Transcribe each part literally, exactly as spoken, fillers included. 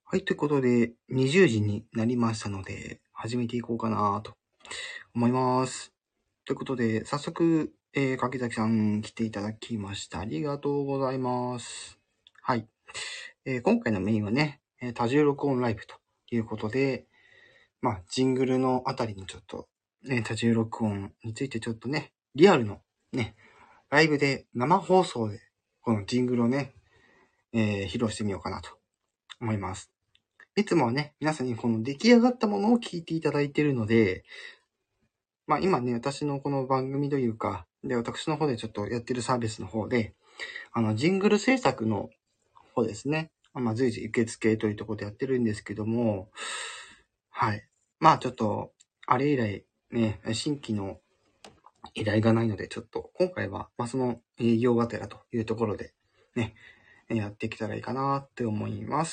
はい、ということで、にじゅうじになりましたので、始めていこうかなと思います。ということで、早速、えー、柿崎さん来ていただきました。ありがとうございます。はい。えー、今回のメインはね、えー多重録音ライブということで、まあ、ジングルのあたりのちょっと、ね、多重録音についてちょっとね、リアルのね、ライブで生放送で、このジングルをね、えー披露してみようかなと思います。いつもはね、皆さんにこの出来上がったものを聞いていただいているので、まあ今ね、私のこの番組というか、で、私の方でちょっとやってるサービスの方で、あの、ジングル制作の方ですね。まあ随時受付というところでやってるんですけども、はい。まあちょっと、あれ以来、ね、新規の依頼がないので、ちょっと今回は、まあその営業がてらというところで、ね、やっていけたらいいかなって思います。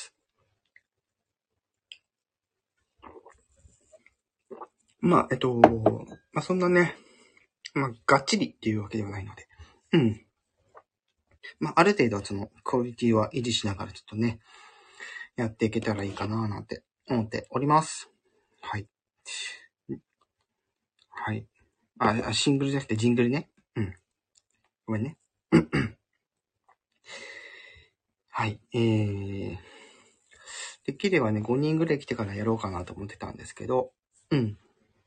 まあ、えっと、まあそんなね、まあ、がっちりっていうわけではないので。うん。まあ、ある程度そのクオリティは維持しながらちょっとね、やっていけたらいいかななんて思っております。はい。はい。あ、シングルじゃなくてジングルね。うん。ごめんね。はい。えー、できればね、ごにんぐらい来てからやろうかなと思ってたんですけど、うん。ど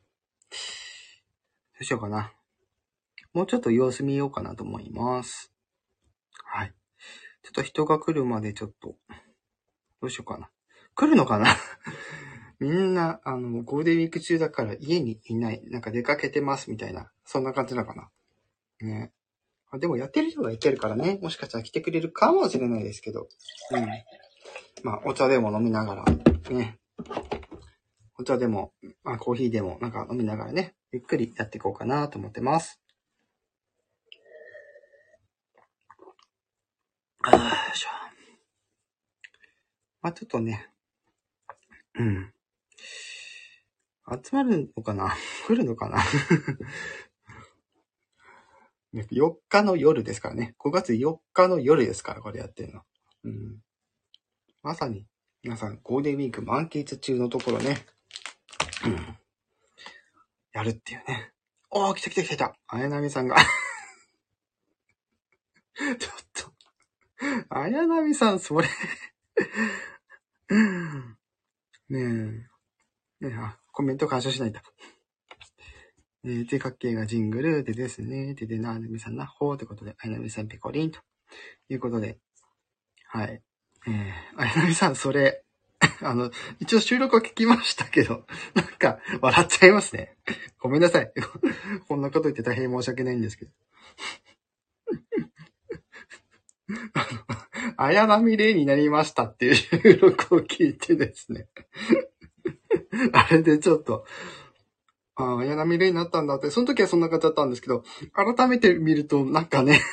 うしようかな。もうちょっと様子見ようかなと思います。はい。ちょっと人が来るまでちょっと、どうしようかな。来るのかなみんな、あの、ゴールデンウィーク中だから家にいない。なんか出かけてますみたいな。そんな感じなのかな。ね。あでもやってる人がいけるからね。もしかしたら来てくれるかもしれないですけど。うん。まあ、お茶でも飲みながら、ね。お茶でも、まあ、コーヒーでもなんか飲みながらね。ゆっくりやっていこうかなと思ってます。あーよいしょ。まあ、ちょっとね。うん。集まるのかな来るのかなよっかの夜ですからね。ごがつよっかの夜ですから、これやってるの。うん。まさに、皆さん、ゴールデンウィーク満喫中のところね、うん、やるっていうね。おー、来た来た来た来た。綾波さんが。ちょっと、綾波さん、それねえ、ねえ、あ、コメント干渉しないんだ。えー、手掛けがジングルでですね。ででな、綾波さんな、ほーってことで、綾波さんペコリンということで、はい。えー、綾波さん、それ、あの、一応収録は聞きましたけど、なんか、笑っちゃいますね。ごめんなさい。こんなこと言って大変申し訳ないんですけど。綾波レイになりましたっていう収録を聞いてですね。あれでちょっと、ああ、綾波レイになったんだって、その時はそんな感じだったんですけど、改めて見るとなんかね、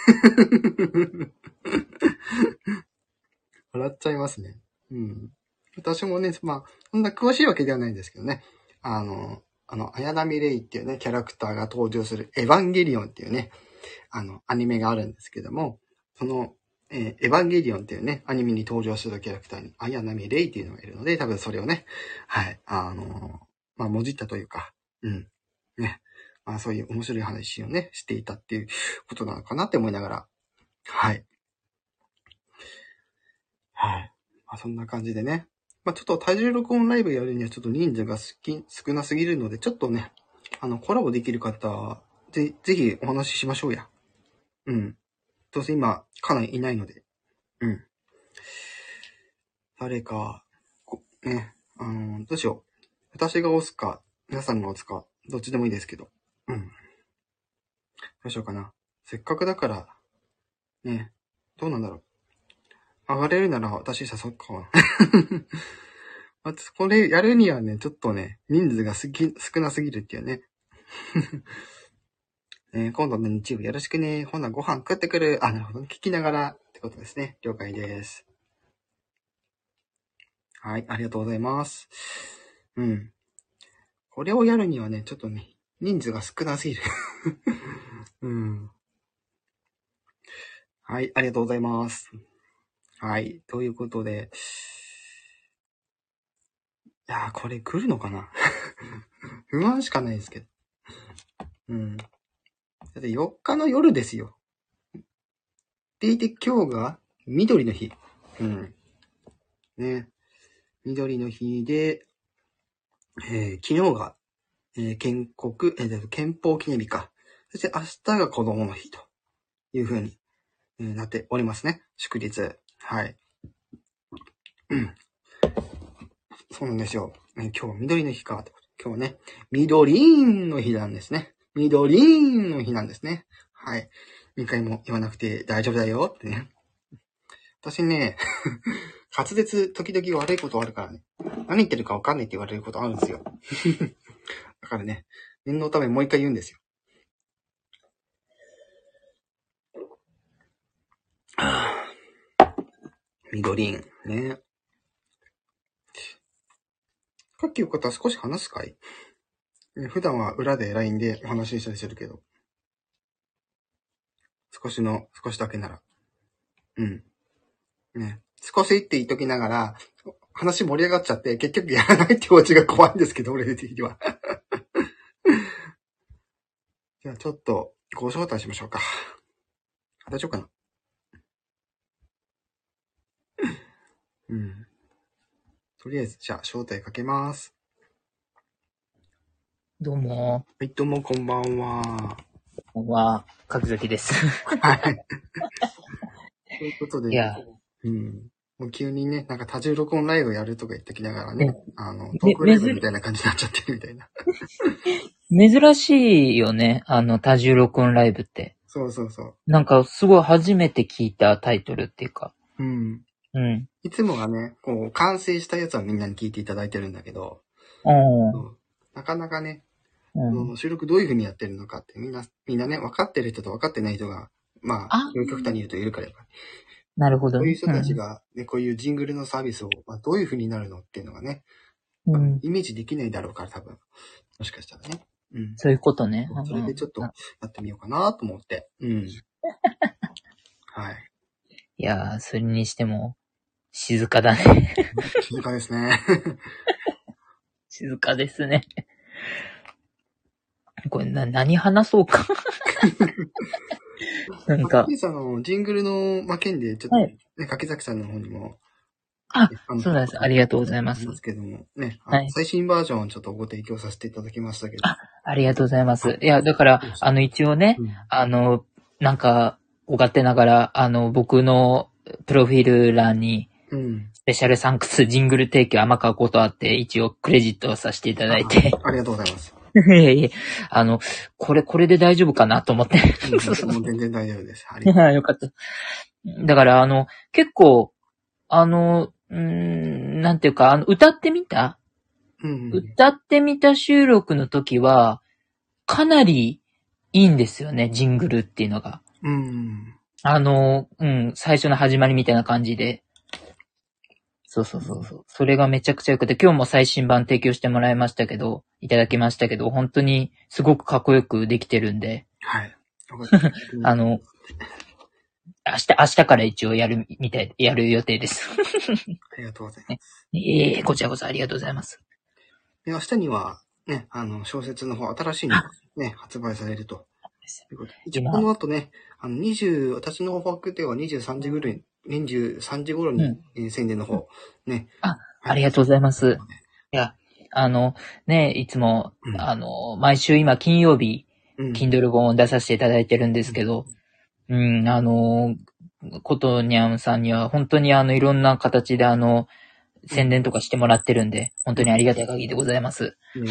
笑っちゃいますね。うん。私もね、まあ、そんな詳しいわけではないんですけどね。あの、あの、綾波レイっていうね、キャラクターが登場するエヴァンゲリオンっていうね、あの、アニメがあるんですけども、その、えーエヴァンゲリオンっていうね、アニメに登場するキャラクターに、綾波レイっていうのがいるので、多分それをね、はい、あのーまあ、もじったというか、うん、ね、まあ、そういう面白い話をね、していたっていうことなのかなって思いながら、はい、はい。まあ、そんな感じでね、まあ、ちょっと多重録音ライブやるにはちょっと人数が少少なすぎるので、ちょっとね、あの、コラボできる方、ぜ、ぜひお話ししましょうや。うん。どうせ今、かなりいないので。うん。誰か、こね、あの、どうしよう。私が押すか、皆さんが押すか、どっちでもいいですけど。うん。どうしようかな。せっかくだから、ね、どうなんだろう。上がれるなら私誘うかな。まずこれやるにはね、ちょっとね、人数がすぎ、少なすぎるっていうね。えー今度の日曜日よろしくね。ほなご飯食ってくる。あ、なるほどね。聞きながらってことですね。了解です。はい、ありがとうございます。うん。これをやるにはね、ちょっとね、人数が少なすぎる。うん。はい、ありがとうございます。はい、ということで、 やー、これ来るのかな不安しかないですけど。うん。だってよっかの夜ですよ。でいて今日が緑の日。うん。ね。緑の日で、えー、昨日が、えー、建国、えー、憲法記念日か。そして明日が子供の日という風に、えー、なっておりますね。祝日。はい。うん。そうなんですよ。えー、今日は緑の日か。今日はね、緑の日なんですね。緑の日なんですね。はい。にかいも言わなくて大丈夫だよってね。私ね、滑舌時々悪いことあるからね。何言ってるか分かんないって言われることあるんですよ。だからね、念のためもう一回言うんですよ。緑ね。さっきよかったら少し話すかい？普段は裏で ライン でお話ししたりするけど。少しの、少しだけなら。うん。ね。少しって言っときながら、話盛り上がっちゃって、結局やらないってオチが怖いんですけど、俺的には。じゃあちょっと、ご招待しましょうか。大丈夫かな？うん。とりあえず、じゃあ招待かけます。 どうも。 はい、どうもこんばんは。 こんばんは、柿崎です。 はい。ということで、 いや、 うん。もう急にね、なんか多重録音ライブやるとか言ってきながらね、 ねあの、トークライブみたいな感じになっちゃってるみたいな。 珍しいよね、あの、多重録音ライブって。 そうそうそう。 なんか、すごい初めて聞いたタイトルっていうか。 うん。 うん。 いつもはね、こう、完成したやつはみんなに聞いていただいてるんだけど、 うんうん、なかなかね、 うん、 収録どういう風にやってるのかってみんな、みんなね、分かってる人と分かってない人が、まあ、 あ、 極端に言うといるからやっぱり。 なるほどね。 そういう人たちが、ね、こういうジングルのサービスを、まあ、どういう風になるのっていうのがね、 うん。 イメージできないだろうから多分、もしかしたらね。うん。 そういうことね。 それでちょっとやってみようかなと思って。うん。はい。 いやー、それにしても、静かだね。 静かですね。 静かですね。これな、何話そうか。なんか。 さんのジングルの、まあ、件で、ちょっと、ね、はい、柿崎さんの方にも、 あ、そうなんです。ありがとうございます。 ですけども、ね、はい、最新バージョンをちょっとご提供させていただきましたけど。 あ、ありがとうございます。いや、だから、あの、一応ね、うん、あの、なんか、お勝手ながら、あの、僕のプロフィール欄に、うん、スペシャルサンクスジングル提供天川ことあって、一応クレジットをさせていただいて。 あ, ありがとうございます。 あの、これ、これで大丈夫かなと思って。 もう全然大丈夫です。 はい。よかった。だから、あの、結構、あの、うーん、なんていうか、あの、歌ってみた、うんうん、歌ってみた収録の時は、かなりいいんですよね、ジングルっていうのが。うん。あの、うん、最初の始まりみたいな感じで。そうそうそうそう。それがめちゃくちゃ良くて、今日も最新版提供してもらいましたけど、いただきましたけど、本当にすごくかっこよくできてるんで。はい。あの、明日、明日から一応やるみたい、やる予定です。 ありがとうございます。 ええー、こちらこそありがとうございます。 で、明日には、ね、あの、小説の方、新しいのがね、発売されると。一応この後ね、あの、にじゅう、私の方ではにじゅうさんじぐらい、にじゅうさんじ頃に、うんえー、宣伝の方、ね。 あ、ありがとうございます。いや、あの、ね、いつも、うん、あの、毎週今金曜日、うん、Kindle 本を出させていただいてるんですけど、うん、うん、あの、ことにゃんさんには本当にあの、いろんな形であの、宣伝とかしてもらってるんで、本当にありがたい限りでございます。うん、い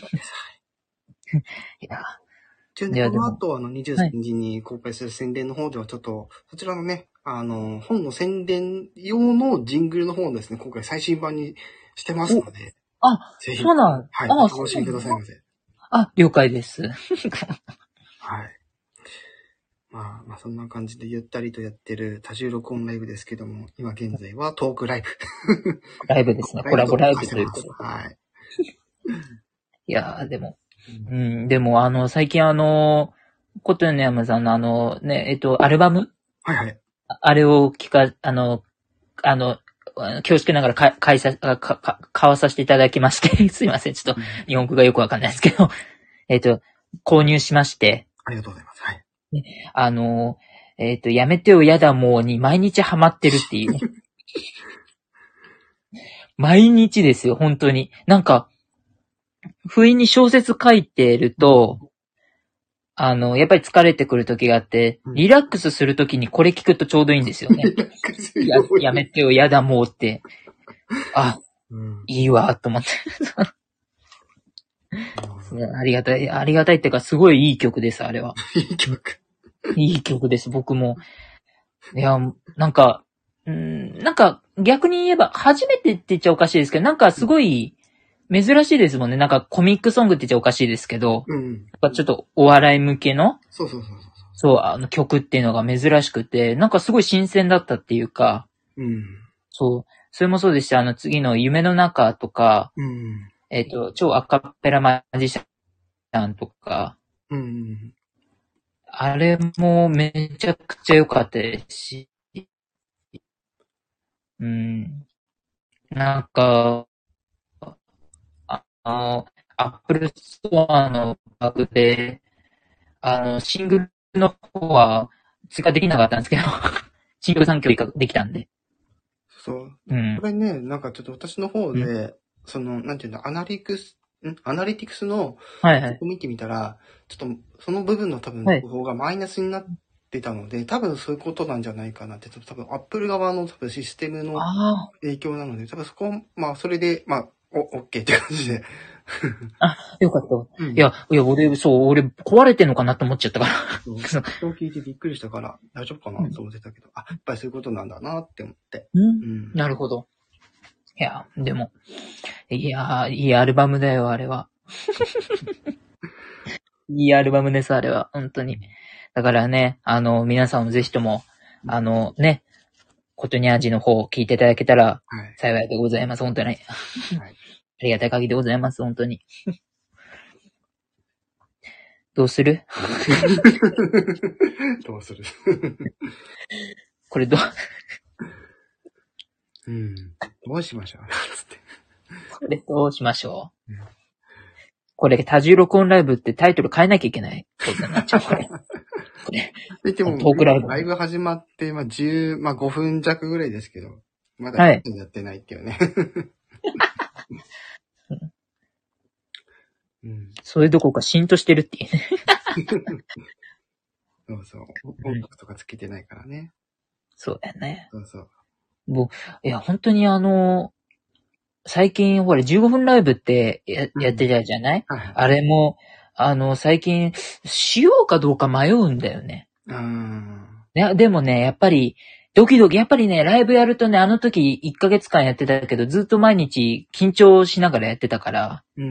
や。一応ね、この後、あの、にじゅうさんじに公開する宣伝の方では、ちょっと、はい、そちらのね、あの、本の宣伝用のジングルの方をですね、今回最新版にしてますので。 あ、ぜひ。そうなん。 はい。お楽しみくださいませ。 あ、了解です。はい。 まあ、まあ、そんな感じでゆったりとやってる多重録音ライブですけども、今現在はトークライブ。 ライブですね。コラボライブということで。 はい。 いやー、でも、うん、でも、あの、最近あの、ことよねやまさんのあの、ね、えっと、アルバムはいはい。 あれを聞か、あの、あの、 恐縮ながらか、買いさ、か、か、買わさせていただきまして、すいません、ちょっと日本語がよくわかんないですけど、えっと、購入しまして。 ありがとうございます。はい。 あの、えっと、やめてよやだもうに毎日ハマってるっていう。毎日ですよ、本当に。なんか、不意に小説書いてると、あの、やっぱり疲れてくる時があって、リラックスする時にこれ聞くとちょうどいいんですよね。や, やめてよ、やだもうって。あ、うん、いいわ、と思って。ありがたい、ありがたいっていうか、すごいいい曲です、あれは。 いい曲。 いい曲です、僕も。いや、なんか、うん、なんか、逆に言えば、初めてって言っちゃおかしいですけど、なんかすごい、珍しいですもんね。なんかコミックソングって言っちゃおかしいですけど、うん、ちょっとお笑い向けの、 そうそうそうそう。 そう、あの曲っていうのが珍しくて、なんかすごい新鮮だったっていうか、うん、そう、それもそうでした。あの次の夢の中とか、うん、えっと、超アカペラマジシャンとか、うん、あれもめちゃくちゃ良かったですし、うん、なんか、あの、アップルストアのバグで、あの、シングルの方は追加できなかったんですけど、シングルさんきょうできたんで。 そう。うん。これね、なんかちょっと私の方で、うん、その、なんていうの、アナリクス、んアナリティクスの、はいはい。見てみたら、ちょっとその部分の多分、情報がマイナスになってたので、はい、多分そういうことなんじゃないかなって、多分アップル側の多分システムの影響なので、多分そこ、まあそれで、まあ、お、オッケーって感じで。 あ、よかった。うん、いや、いや、俺、そう、俺、壊れてんのかなと思っちゃったから。 そう。そう聞いてびっくりしたから、大丈夫かなと思ってたけど、うん、あ、やっぱりそういうことなんだなって思って。 うん。うん、なるほど。いや、でも、いや、いいアルバムだよ、あれは。いいアルバムです、あれは。本当に。だからね、あの、皆さんもぜひとも、あの、ね、ことにゃじの方を聞いていただけたら、幸いでございます、本当に。はい、ありがたい限りでございます、本当に。どうするどうするこれどううん。どうしましょうつって。 これどうしましょう、うん、これ、多重録音ライブってタイトル変えなきゃいけないことになっちゃう、これ。これ。でも、トークライブ。ライブ始まって、まあ、じゅう、まあ、ごふん弱ぐらいですけど、まだやってないっていうね。はいうん、それどころか浸透してるっていうね。 そうそう。音楽とかつけてないからね。うん、 そうだよね。 そうそう。 もう、いや、本当にあの、最近、ほら、じゅうごふんライブってや、やってたじゃない、うんはい、あれも、あの、最近、しようかどうか迷うんだよね。うん。いや、でもね、やっぱり、ドキドキ、やっぱりね、ライブやるとね、あの時いっかげつかんやってたけど、ずっと毎日緊張しながらやってたから、うん、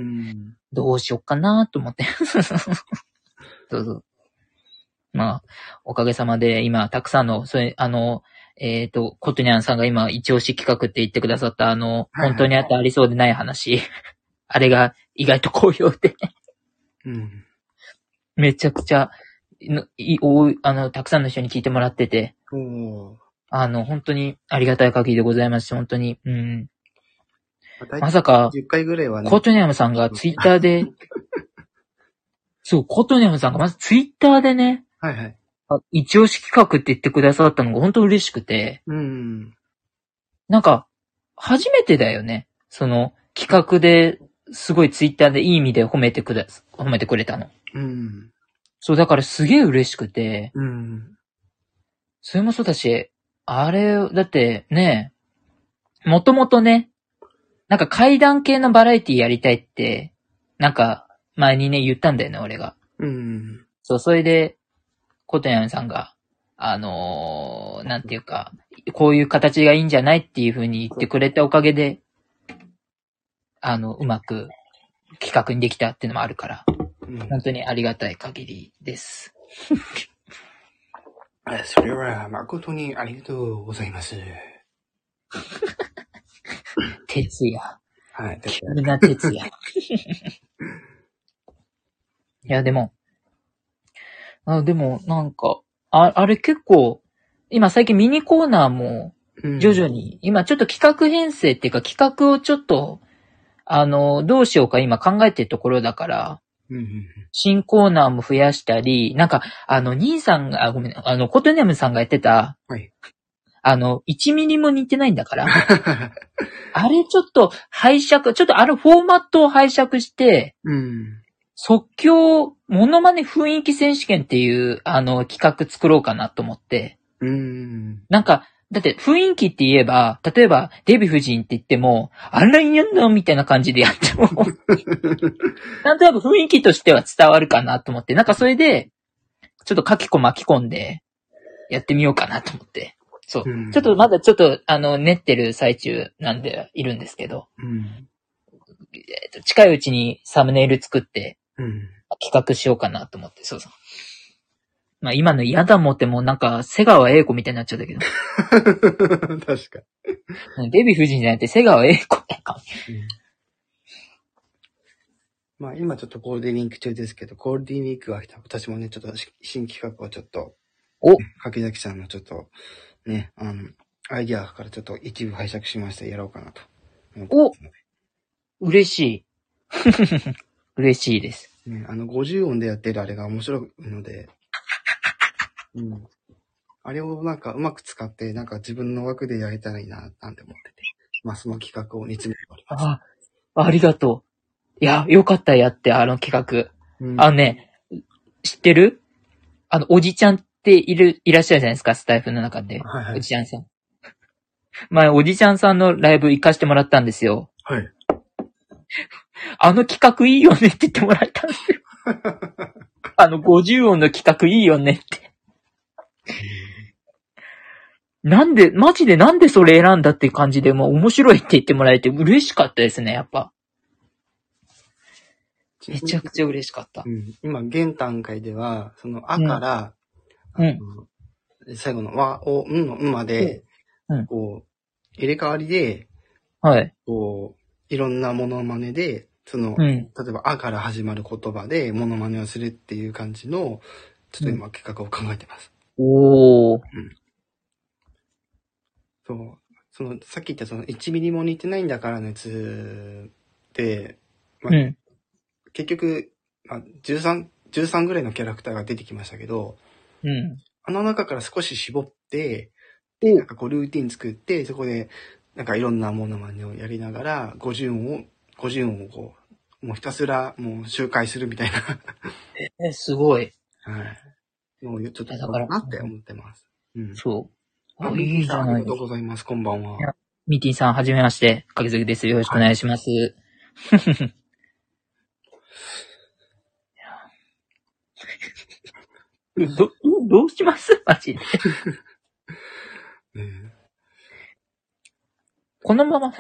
どうしよっかなと思って。そうそう。まあ、おかげさまで今、たくさんの、それ、あの、えっ、ー、と、コトニャンさんが今、一押し企画って言ってくださった、あの、はいはい、本当にあってありそうでない話、あれが意外と好評で、うん、めちゃくちゃ、いおあの、たくさんの人に聞いてもらってて、あの、本当にありがたい限りでございますし、本当に、うん。まさか、 じゅっかいぐらいはね、 コトニャムさんがツイッターで、そう、コトニャムさんがまずツイッターでね、はいはい。一押し企画って言ってくださったのが本当嬉しくて、うん。なんか、初めてだよね。その、企画ですごいツイッターでいい意味で褒めてくれ、褒めてくれたの。うん。そう、だからすげえ嬉しくて、うん。それもそうだし、あれ、だってね、もともとね、なんか怪談系のバラエティやりたいって、なんか前にね言ったんだよね、俺が。うん。そう、それで、コトヤンさんが、あのー、なんていうか、こういう形がいいんじゃないっていう風に言ってくれたおかげで、あの、うまく企画にできたっていうのもあるから、うん、本当にありがたい限りです。 それは誠にありがとうございます。 哲也。 はい。 急な哲也。いや、でも、あ、でも、なんか、あ、あれ結構、今最近ミニコーナーも徐々に。今ちょっと企画編成っていうか企画をちょっと、あの、どうしようか今考えてるところだから、新コーナーも増やしたり、なんか、あの、兄さんが、あ、ごめん、あの、コトネムさんがやってた、はい、あの、いちミリも似てないんだから、あれちょっと拝借、ちょっとあのフォーマットを拝借して、うん、即興、モノマネ雰囲気選手権っていう、あの、企画作ろうかなと思って、うん、なんか、だって雰囲気って言えば、例えばデヴィ夫人って言っても、あらいやんのみたいな感じでやっても、なんとなく雰囲気としては伝わるかなと思って、なんかそれで、ちょっと書き込巻き込んで、やってみようかなと思って。そう。うん、ちょっとまだちょっと、あの、練ってる最中なんでいるんですけど、うん、えーと、近いうちにサムネイル作って、うん、企画しようかなと思って、そうそう。まあ今の嫌だもってもうなんか、瀬川栄子みたいになっちゃったけど。 確かに。デヴィ夫人じゃなくて瀬川栄子なんか、うん。 まあ今ちょっとゴールデンウィーク中ですけど、ゴールデンウィークが来た。私もね、ちょっと新企画をちょっと、お柿崎さんのちょっと、ね、あの、アイディアからちょっと一部拝借しましてやろうかなと思ってますので。 お嬉しい。嬉しいです。 ね、あの、ごじゅう音でやってるあれが面白いので、うん。あれをなんかうまく使って、なんか自分の枠でやれたらいいな、なんて思ってて。まあその企画を煮詰めております。 あ、ありがとう。いや、よかったやって、あの企画。うん、あのね、知ってる？あの、おじちゃんっている、いらっしゃるじゃないですか、スタイフの中で。はいはい、おじちゃんさん。前、おじちゃんさんのライブ行かしてもらったんですよ。はい。あの企画いいよねって言ってもらえたんですよ。あのごじゅう音の企画いいよねって。なんで、マジでなんでそれ選んだって感じでもう面白いって言ってもらえて嬉しかったですね、やっぱ。めちゃくちゃ嬉しかった。 うん、今、現段階では、その、あから、うん、あの最後のわ、お、んのんまで、うん、こう、入れ替わりで、はい。こう、いろんなモノマネで、その、うん、例えば、あから始まる言葉でモノマネをするっていう感じの、ちょっと今企画を考えてます。うん、おー。うん。そう。その、さっき言ったそのいちミリも似てないんだからのやつで、まあ、うん、結局、まあ、じゅうさん、じゅうさんぐらいのキャラクターが出てきましたけど、うん。あの中から少し絞って、で、なんかこうルーティン作って、そこで、なんかいろんなモノマネをやりながら、ごじゅう音を、ごじゅう音をこう、もうひたすらもう周回するみたいな。 え、すごい。 はい。もうちょっとだからなって思ってます。うん。 そう。 あ、ミティさん、ありがとうございます。こんばんは。 ミティさん、はじめまして。かずきです。よろしくお願いします。はい、ど、どうしますマジで。ね、このまま、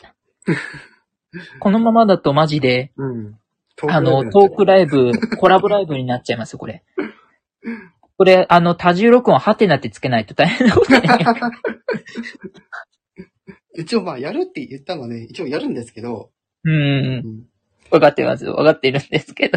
このままだとマジで、うん、あの、トークライブ、コラボライブになっちゃいますよ、これ。これ、あの、多重録音ハテナってつけないと大変なことね。 一応まあ、やるって言ったので、一応やるんですけど。 うん。わかってます。わかっているんですけど。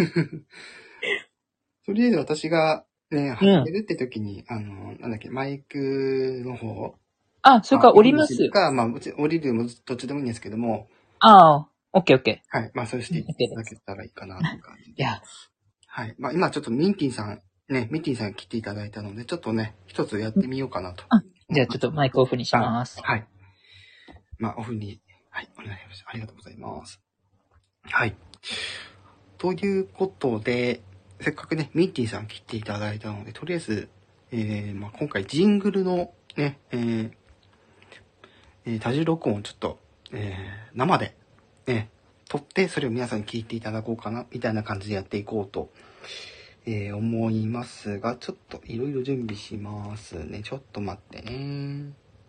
とりあえず私がね、始めるって時に、うん、あの、なんだっけ、マイクの方。 あ、それから降ります。 か、まあ、降りるもどっちでもいいんですけども。 ああ、オッケーオッケー。はい。まあ、そうしていただけたらいいかなという感じで。いや。はい。まあ、今ちょっとミンティンさん、ね、ミンティンさん来ていただいたので、ちょっとね、一つやってみようかなと。 あ、じゃあちょっとマイクオフにします。 はい。まあ、オフに、はい、お願いします。ありがとうございます。はい。ということで、せっかくね、ミンティさん来ていただいたので、とりあえず、えー、まあ、今回ジングルのね、えー、えー、多重録音をちょっと、えー、生で、ね、撮って、それを皆さんに聞いていただこうかな、みたいな感じでやっていこうと、えー、思いますが、ちょっといろいろ準備しますね。ちょっと待ってね。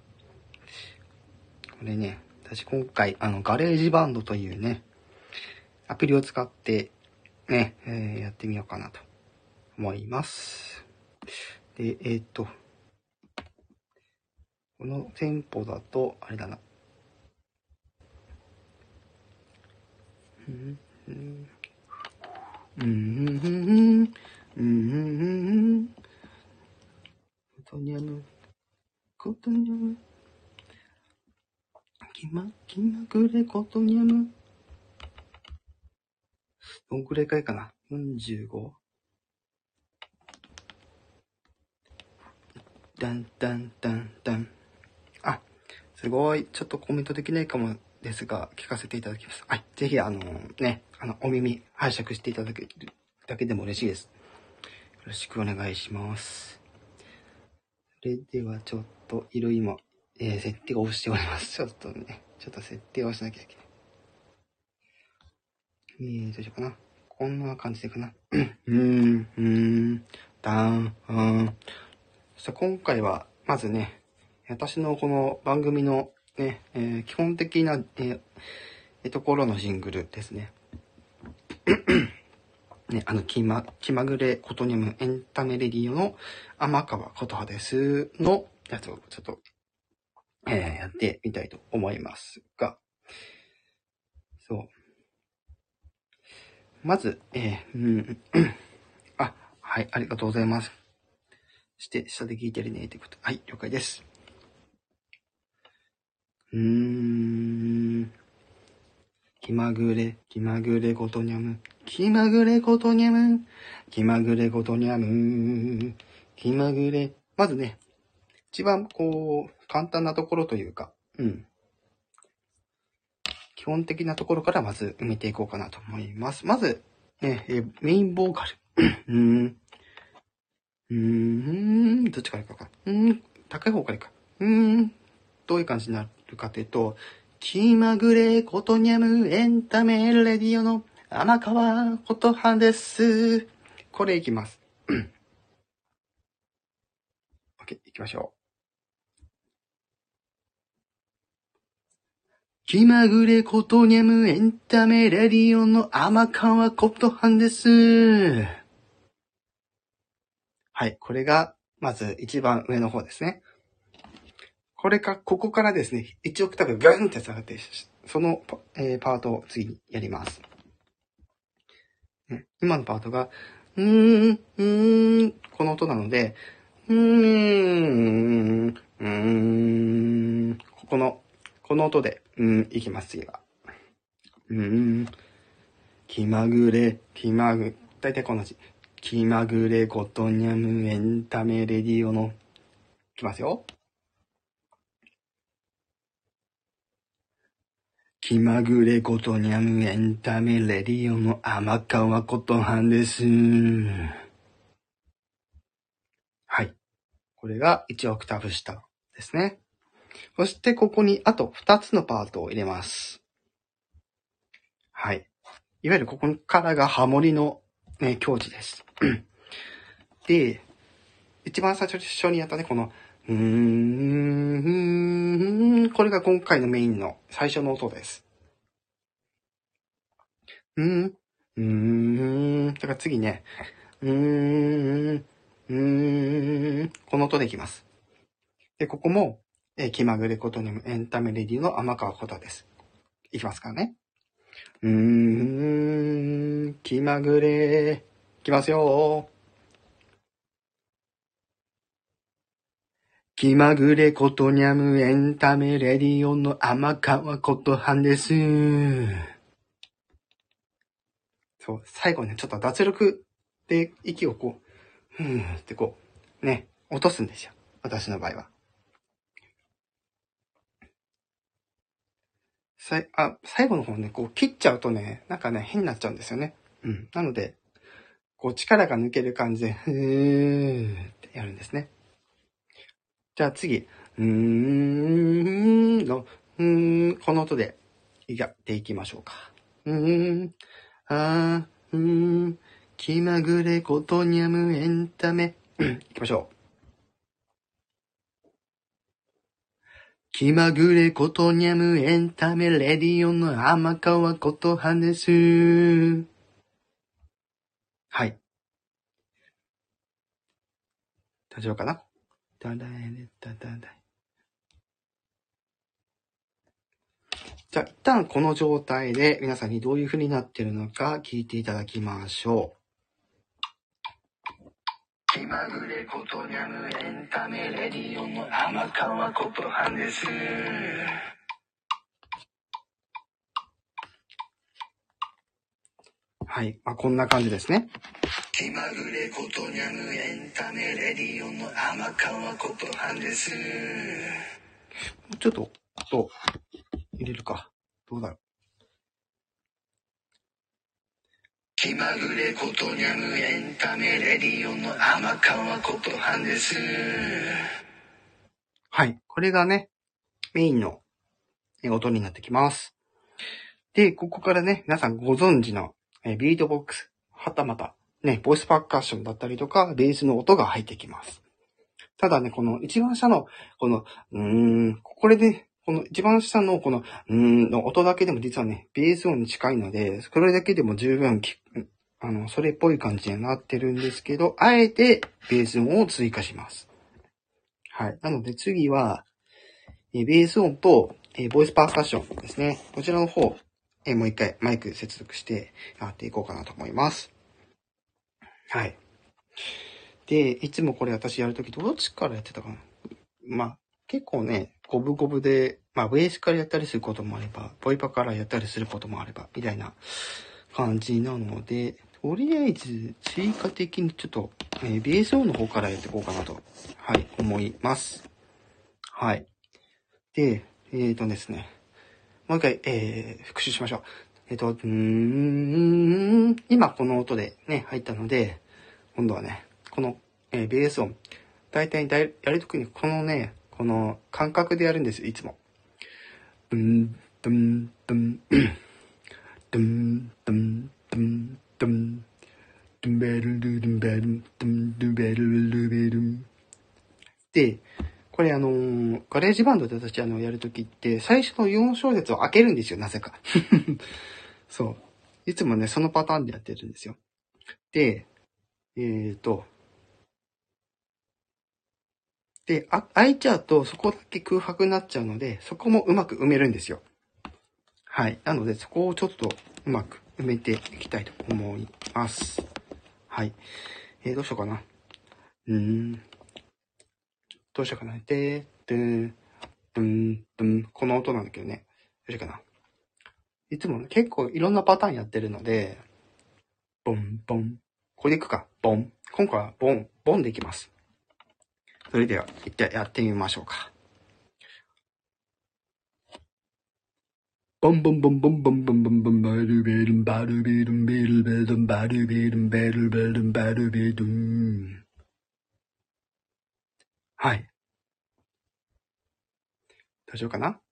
これね、私今回、あの、ガレージバンドというね、アプリを使って、ね、えー、やってみようかなと思います。で、えっと、このテンポだと、あれだな。うん、うん、うん、うん、うん、うん、うん、ことにゃむ、ことにゃむ。 気ま、気まぐれことにゃむ。どんくらいかいかな ?よんじゅうご。ダンダンダンダン。あ、すごい。ちょっとコメントできないかもですが、聞かせていただきます。はい。ぜひ、あのー、ね、あの、お耳拝借していただけるだけでも嬉しいです。よろしくお願いします。それでは、ちょっと、いろいろ今、えー、設定を押しております。ちょっとね、ちょっと設定をしなきゃいけない。えー、どうしようかな。こんな感じでかな。うーん、うーん、ダン、うーん。そして今回は、まずね、私のこの番組のね、えー、基本的な、えー、ところのジングルですね。ね、あの、気ま、気まぐれことにむエンタメレディオの天川琴葉ですのやつをちょっと、えー、やってみたいと思いますが、そう。まず、えー、うん、あ、はい、ありがとうございます。して、下で聞いてるね、ってこと。はい、了解です。うーん。気まぐれ、気まぐれことにゃむ。気まぐれことにゃむ。気まぐれことにゃむ。気まぐれ。まずね、一番こう、簡単なところというか、うん。基本的なところからまず埋めていこうかなと思います。まず、ね、えメインボーカル。うーん。うーん。どっちからいこうか。うーん。高い方からいくか。うーん。どういう感じになるかというと、気まぐれことにゃむエンタメレディオの天川ことはです。これいきます。OK、いきましょう。気まぐれことにゃむエンタメレディオの天川ことはです。はい、これが、まず一番上の方ですね。これか、ここからですね、いちオクターブガンって下がって、その、えー、パートを次にやります。今のパートが、うーん、うーん、この音なので、うーん、うーん、ここの、この音で、うん、いきます、次は。うーん、気まぐれ、気まぐ、だいたいこんな字。気まぐれごとにゃむエンタメレディオの、いきますよ。気まぐれことにゃむエンタメレディオの天川ことはんです。はい。これがいちオクターブ下ですね。そしてここにあとふたつのパートを入れます。はい。いわゆるここからがハモリの、ね、境地です。で、一番最初にやったね、この、うーん、これが今回のメインの最初の音です。うーん、うーん、だから次ね、うーん、うーん、この音でいきます。で、ここも、えー、気まぐれことにもエンタメレディの天川ことです。いきますからね。うーん、気まぐれ、いきますよ。気まぐれことにゃむエンタメレディオの天川ことはんです。そう、最後ね、ちょっと脱力で息をこう、ふーってこう、ね、落とすんですよ。私の場合は。さいあ最後の方ね、こう切っちゃうとね、なんかね、変になっちゃうんですよね。うん。なので、こう力が抜ける感じで、ふーってやるんですね。じゃあ次、うーんの、うーん、この音でやっていきましょうか。うーん、あー、うーん、気まぐれことにゃむエンタメ。いきましょう。気まぐれことにゃむエンタメレディオの天川ことはです。はい。大丈夫かな？だだいだだだい。じゃあ、一旦この状態で皆さんにどういう風になっているのか聞いていただきましょう。気まぐれことにゃむエンタメレディオの天川ことはです。 はい。まあ、こんな感じですね。気まぐれことにゃむエンタメレディオの甘川ことはんです。ちょっと、と、入れるか。どうだろう。気まぐれことにゃむエンタメレディオの甘川ことはんです。はい。これがね、メインの音になってきます。で、ここからね、皆さんご存知のビートボックス、はたまた、ね、ボイスパーカッションだったりとか、ベースの音が入ってきます。ただね、この一番下の、この、うーん、これで、この一番下のこの、うーんの音だけでも実はね、ベース音に近いので、それだけでも十分き、あの、それっぽい感じになってるんですけど、あえてベース音を追加します。はい。なので次は、えベース音と、えボイスパーカッションですね。こちらの方、えもう一回マイク接続してやっていこうかなと思います。はい。で、いつもこれ私やるときどっちからやってたかな。まあ、結構ね、五分五分で、まあ、ベースからやったりすることもあれば、ボイパからやったりすることもあれば、みたいな感じなので、とりあえず追加的にちょっと、えー、ベース音の方からやっていこうかなと、はい、思います。はい。で、えーとですね、もう一回、えー、復習しましょう。えっと、うーん、今この音でね、入ったので、今度はね、この、えー、ベース音、大体だいやるときにこのね、この感覚でやるんですよ、いつも。ドゥン、ドゥン、ドゥン、ドゥン、ドゥン、ドゥン、ドゥン、ドゥン、ドゥンベルルルンベルン、ドゥン、ドゥンベルルルベルン。で、これあのー、ガレージバンドで私あの、やるときって、最初のよん小節を開けるんですよ、なぜか。そう。いつもね、そのパターンでやってるんですよ。で、えーと、で、あ、開いちゃうとそこだけ空白になっちゃうので、そこもうまく埋めるんですよ。はい。なので、そこをちょっとうまく埋めていきたいと思います。はい。えー、どうしようかな。うーん。どうしようかな。で、でー、ドゥン、ドゥン。この音なんだけどね。どうしようかな。いつもね、結構いろんなパターンやってるので、ボン、ボン。これでいくか。ボン。今回はボン、ボンでいきます。それでは、一回やってみましょうか。ボンボンボンボンボンボンボンボンバルベルンバルベルンベルベルンバルベルンベルベルンバルベルン。はい。どうしようかな。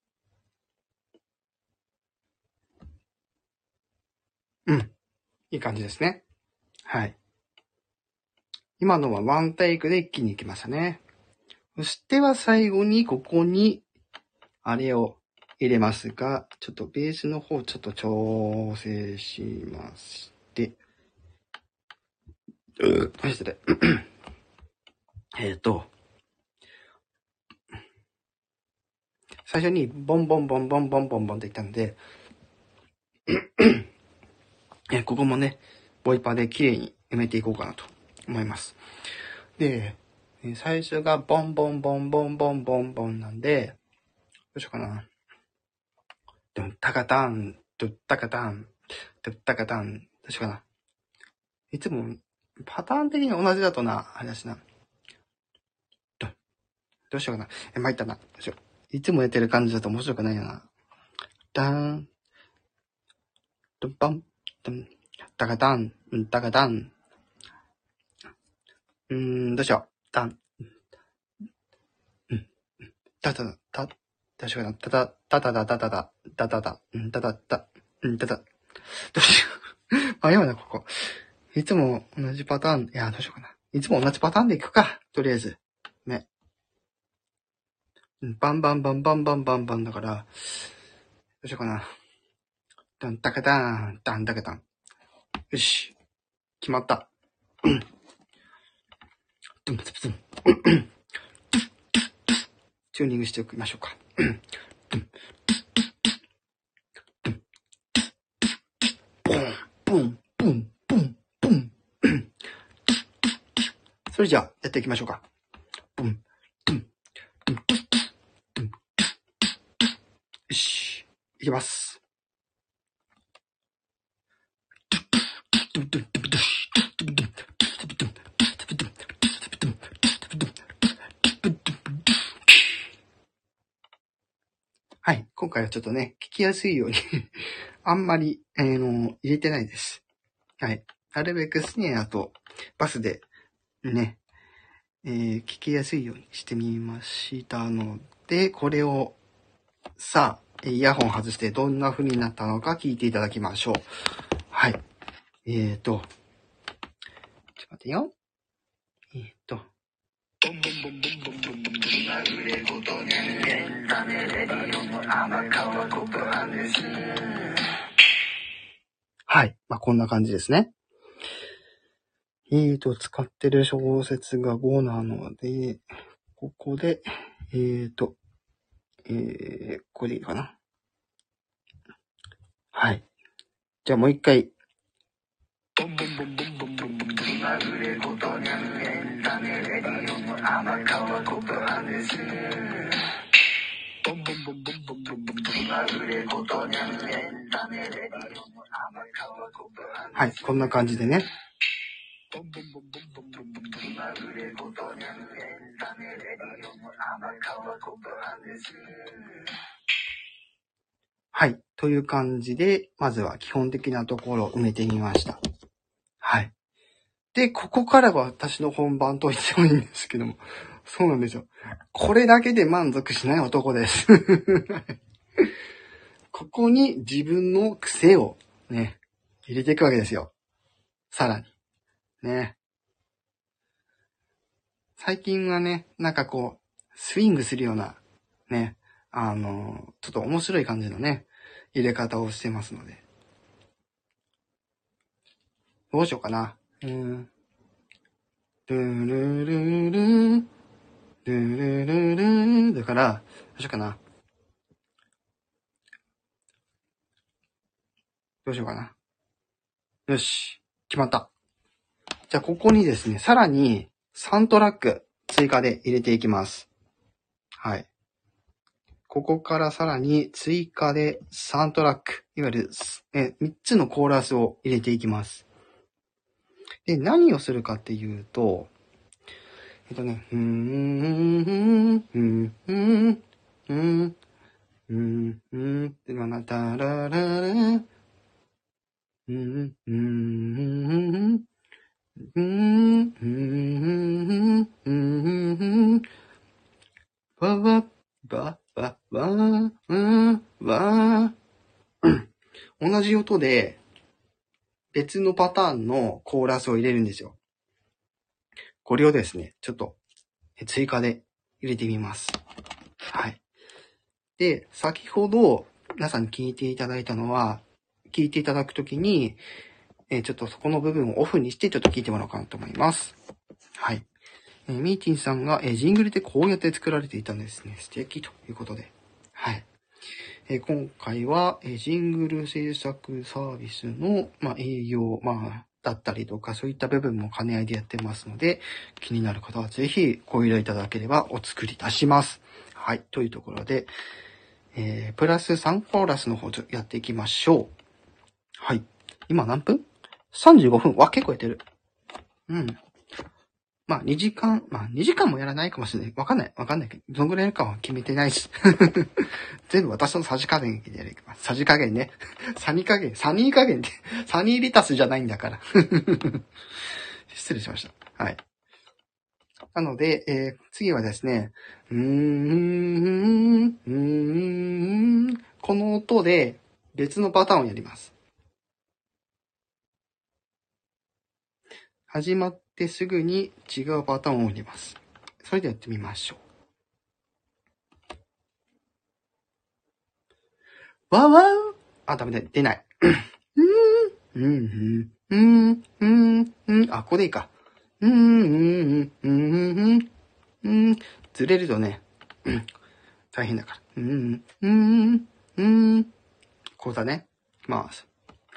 うん。いい感じですね。はい。今のはワンテイクで一気に行きましたね。そしては最後にここに、あれを入れますが、ちょっとベースの方ちょっと調整しまして。うー、失礼。えっと、最初にボンボンボンボンボンボンボンって言ったんで、えここもね、ボイパで綺麗に埋めていこうかなと思います。で、最初がボンボンボンボンボンボンボンなんで、どうしようかな。ドゥンタカタン、ドゥッタカタン、ドゥッタカタン、どうしようかな。いつもパターン的に同じだとな、あれだしな。ど、どうしようかな。え、参ったな。どうしよう。いつもやってる感じだと面白くないよな。ダーン、ドンパン、ドン、タカタン、うんタカタン。うーん、どうしよう。タン、うん、タタタ、タ、どうしようかな。タタ、タタタタタタ、タタタ、うん、タタタ、うん、タタ。どうしよう。迷うな、ここ。いつも同じパターン、いや、どうしようかな。いつも同じパターンでいくか。とりあえず。ね。バンバンバンバンバンバンバンだから、どうしようかな。ダンタカダン、ダンタカダン。よし。決まった。うん。ドゥンツン。チューニングしておきましょうか。ドゥン。ドゥン。ポン、ポン、ポン、ポン、ポン。それじゃあ、やっていきましょうか。ポン、ドゥン、ドゥン、ドゥン。よし。いきます。 はい。今回はちょっとね、聞きやすいようにあんまり、えー、の入れてないです。はい。なるべくスネアとバスでね、えー、聞きやすいようにしてみましたので、これをさあ、イヤホン外してどんな風になったのか聞いていただきましょう。はい。えーと、ちょっと待ってよ。えーと。はい。まあ、こんな感じですね。えーと、使ってる小説がごなので、ここで、えーと、えー、これでいいかな。はい。じゃあもう一回。はい、こんな感じでね。はい。という感じで、まずは基本的なところを埋めてみました。はい。で、ここからは私の本番と言ってもいいんですけども。そうなんですよ。これだけで満足しない男です。ここに自分の癖をね、入れていくわけですよ。さらに。ね。最近はね、なんかこう、スイングするような、ね、あの、ちょっと面白い感じのね、入れ方をしてますので。どうしようかな。うーん。ルルルルルルルルルだから、どうしようかな。どうしようかな。よし。決まった。じゃあ、ここにですね、さらにさんトラック追加で入れていきます。はい。ここからさらに追加でさんトラック、いわゆるえみっつのコーラスを入れていきます。で、何をするかっていうと、えっとね、うーん、うーん、うーん、うーん、うーん、うーん、ってまな、たららら、うーん、うーん、うーん、うーん、うーん、うーん、わわ、ば、ば、わ、わ、わ、同じ音で別のパターンのコーラスを入れるんですよ。これをですね、ちょっと追加で入れてみます。はい。で、先ほど皆さんに聞いていただいたのは、聞いていただくときに、えー、ちょっとそこの部分をオフにしてちょっと聞いてもらおうかなと思います。はい。えー、ミーティンさんが、えー、ジングルでこうやって作られていたんですね。素敵ということで。はい。えー、今回は、えー、ジングル制作サービスの、まあ、営業、まあ、だったりとか、そういった部分も兼ね合いでやってますので、気になる方はぜひご依頼いただければお作りいたします。はい。というところで、えー、プラスさんコーラスの方やっていきましょう。はい。今何分 ?さんじゅうご 分。わ、結構やってる。うん。まあ、にじかん、まあ、にじかんもやらないかもしれない。わかんない。わかんないけど、どんぐらいやるかは決めてないし。全部私のさじ加減でやる。さじ加減ね。サニ加減、サニー加減って、サニーレタスじゃないんだから。失礼しました。はい。なので、えー、次はですね、うーん、うーん、この音で別のパターンをやります。始まってすぐに違うパターンを入れます。それでやってみましょう。わわーあ、ダメだ、出ない。うん、うん、うん、うん、うん、あ、ここでいいか。うん、うん、うん、うん、ずれるとね、大変だから。うん、うん、うん、こうだね。いきます。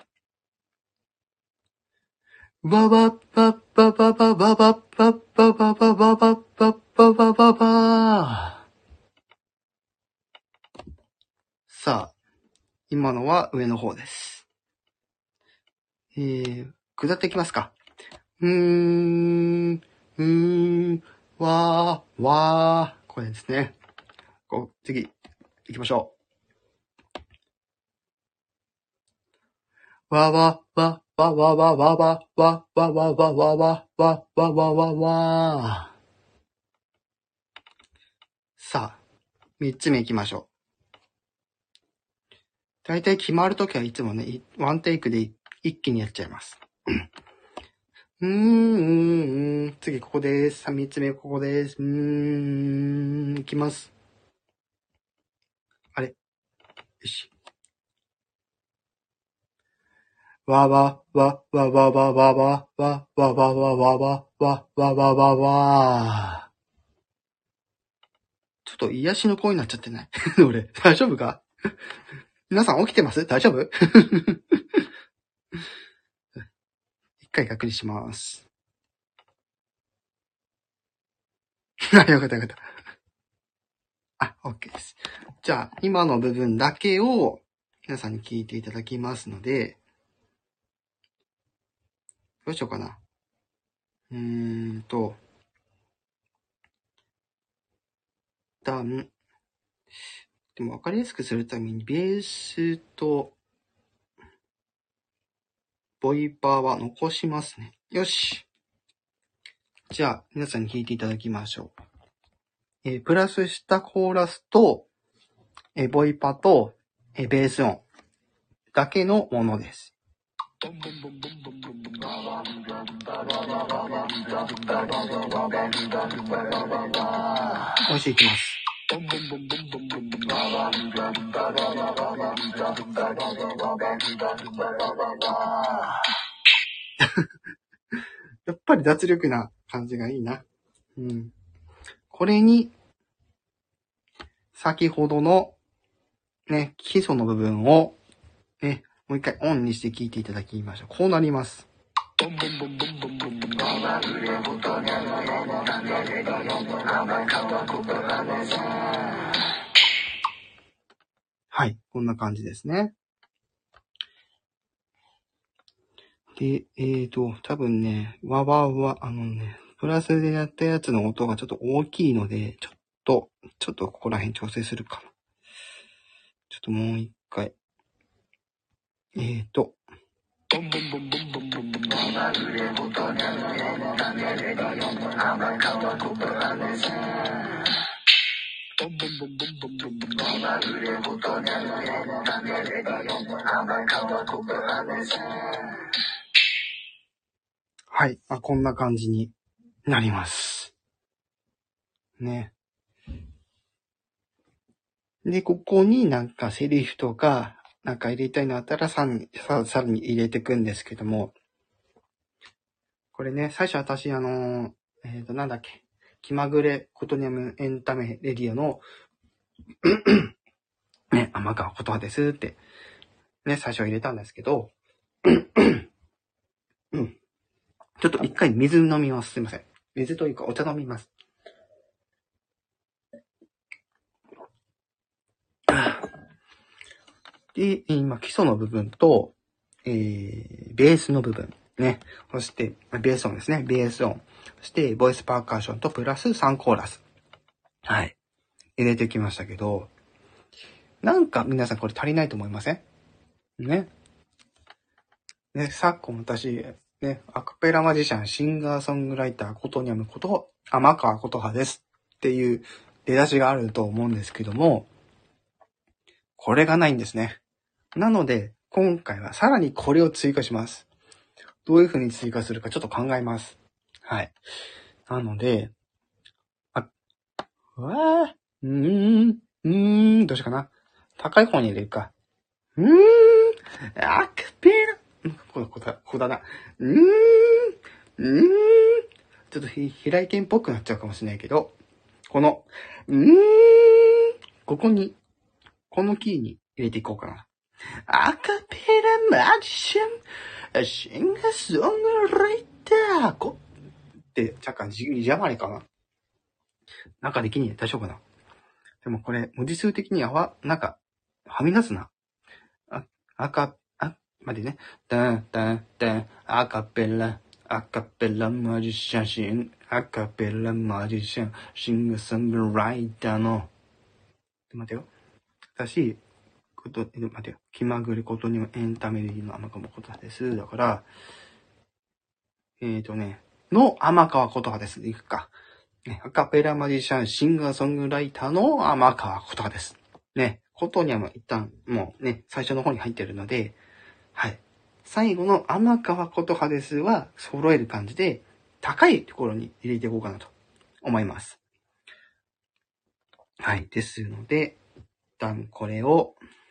わわっぱっぱぱぱわわっぱっぱぱぱわわっぱっぱぱぱぱさあ、今のは上の方です。えー、 下っていきますか。うーん、うーん、わー、わー。これですね。こう、次、行きましょう。わわ、わ、わわわわわ、わわわわわわ、わわわわわ。さあ、三つ目行きましょう。だいたい決まるときはいつもね、ワンテイクで一気にやっちゃいます。うーん、うーん、次ここです。三つ目ここです。うーん、いきます。あれよし。わわ、わ、わわわわわ、わ、わわわわわ、わ、わわわわ。ちょっと癒しの声になっちゃってない俺、大丈夫か皆さん起きてます？大丈夫一回確認します。あ、よかったよかった。あ、OK です。じゃあ、今の部分だけを皆さんに聞いていただきますので、どうしようかな。うーんと、だん。でも分かりやすくするために、ベースと、ボイパーは残しますね。よし。じゃあ、皆さんに弾いていただきましょう。えー、プラスしたコーラスと、えー、ボイパと、えー、ベース音だけのものです。もう一度いきます。やっぱり脱力な感じがいいな。うん。これに、先ほどの、ね、基礎の部分を、ね、もう一回オンにして聞いていただきましょう。こうなります。はい、こんな感じですね。で、えーと、多分ね、わわわ、あのね、プラスでやったやつの音がちょっと大きいので、ちょっと、ちょっとここら辺調整するかな。ちょっともう一回。えーと。はい。あ、こんな感じになります。ね。で、ここになんかセリフとか、なんか入れたいのあったらさらに、ささらに入れていくんですけども、これね、最初私あの、えっと、なんだっけ、気まぐれコトニャムエンタメレディオの、ね、天川ことはですって、ね、最初入れたんですけど、うん。ちょっと一回水飲みます。すいません。水というかお茶飲みます。で、今、基礎の部分と、えー、ベースの部分。ね。そして、ベース音ですね。ベース音。そして、ボイスパーカッションとプラスさんコーラス。はい。入れてきましたけど、なんか皆さんこれ足りないと思いません？ね。ね、昨今私、ね、アクペラマジシャン、シンガーソングライター、コトニャムこと、天川ことはですっていう出だしがあると思うんですけども、これがないんですね。なので、今回はさらにこれを追加します。どういう風に追加するかちょっと考えます。はい。なので、あ、わー、うーん、うーん、どうしようかな。高い方に入れるか。うーん、アクペラ、ここだ、ここだな。うーん、うーん、ちょっとひ平井堅っぽくなっちゃうかもしれないけど、この、うーん、ここに、このキーに入れていこうかな。アカペラマジシャン、シンガーソングライター、こって、若干じ、じゃまりかな。なんかできに大丈夫かな。でもこれ、文字数的には、なんか、はみ出すな。あ、赤、あ、 待ってね。ダンダンダン、アカペラ、アカペラマジシャンシン、アカペラマジシャン、シンガーソングライターの、待てよ。私、こと、待てよ。気まぐれことにもエンタメリーの天川琴葉です。だから、えーとね、の天川琴葉です。いくか。ね、アカペラマジシャン、シンガーソングライターの天川琴葉です。ね、ことにはもう一旦、もうね、最初の方に入ってるので、はい。最後の天川琴葉ですは揃える感じで、高いところに入れていこうかなと思います。はい。ですので、一旦これを、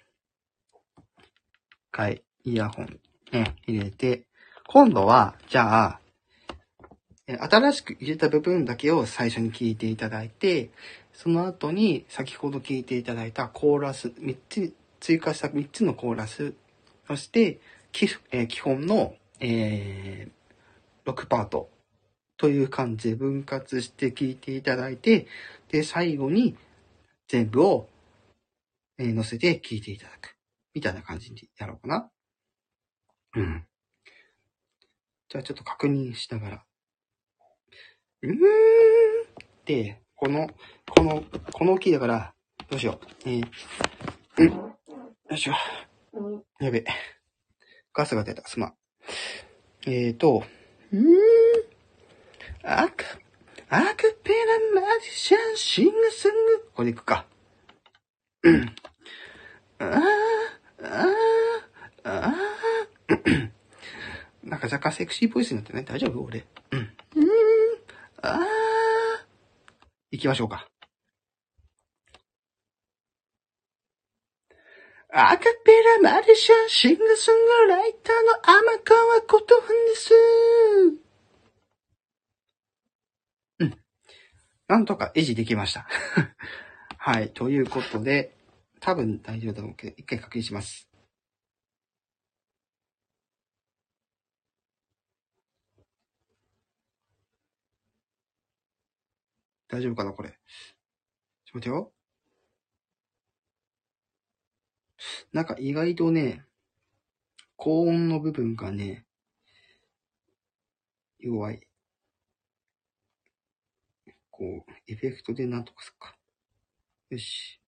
一回イヤホンね、入れて、今度は、じゃあ、新しく入れた部分だけを最初に聞いていただいて、その後に先ほど聞いていただいたコーラス、みっつ、追加したみっつのコーラス、そして、基本の、えー、ろくパートという感じで分割して聞いていただいて、で、最後に全部を、えー、載せて聞いていただく。みたいな感じにやろうかな。うん。じゃあちょっと確認しながら。うーん。で、この、この、このキーだから、どうしよう。えー、うん。よいしょ。やべ。ガスが出た。すまん。えーと、うーん。アカ、アカペラマジシャンシングソング。これでいくか。うん。あー、あー、あー。なんか若干セクシーボイスになってね。大丈夫俺。うん。うーん。あー。行きましょうか。アカペラマジシャンシングソングライターの天川琴葉です。うん。なんとか維持できました。はい。ということで、多分大丈夫だろうけど、一回確認します。大丈夫かなこれ。ちょっと待ってよ。なんか意外とね、高音の部分がね、弱い。こう、エフェクトでなんとかすっか。よし。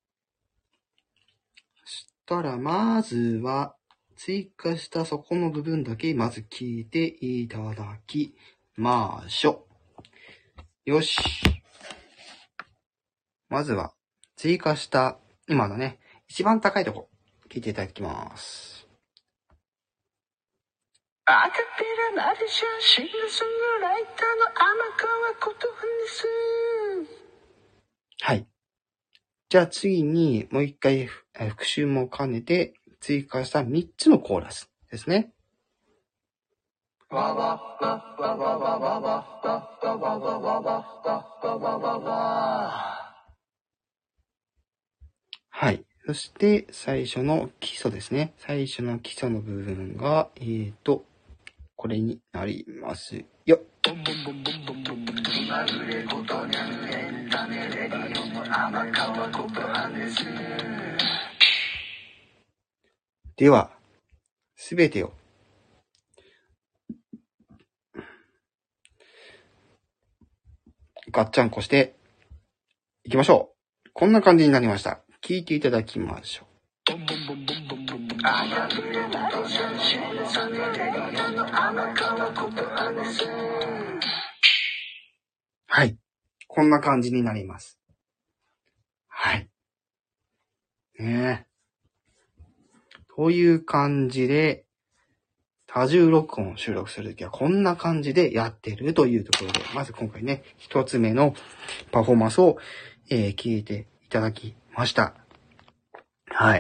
そしたら、まずは、追加したそこの部分だけ、まず聞いていただきましょう。よし。まずは、追加した、今のね、一番高いとこ、聞いていただきます。アカペラマジシャンシングソングライターの天川琴葉です。はい。じゃあ次にもう一回復習も兼ねて追加した三つのコーラスですね。わわわわわわわわわわわわわわわ。はい。そして最初の基礎ですね。最初の基礎の部分がえーとこれになりますよ。では、すべてをガッチャンコしていきましょう。こんな感じになりました。聞いていただきましょう。はい。こんな感じになります。はい。ねえ。という感じで、多重録音を収録するときはこんな感じでやってるというところで、まず今回ね、一つ目のパフォーマンスを、えー、聞いていただきました。はい。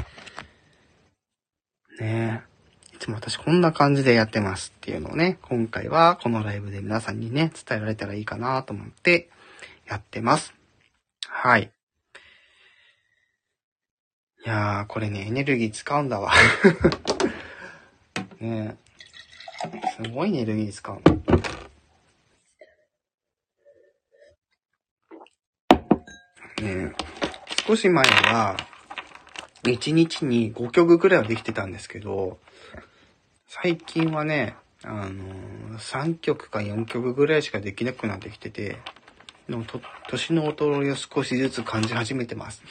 ねえ。いつも私こんな感じでやってますっていうのをね、今回はこのライブで皆さんにね、伝えられたらいいかなと思ってやってます。はい。いやー、これね、エネルギー使うんだわ。ねえ。すごいエネルギー使うの。ねえ。少し前は、 いちにちにごきょくぐらいはできてたんですけど、最近はね、あのー、さんきょくかよんきょくぐらいしかできなくなってきてて、のと年の衰えを少しずつ感じ始めてます。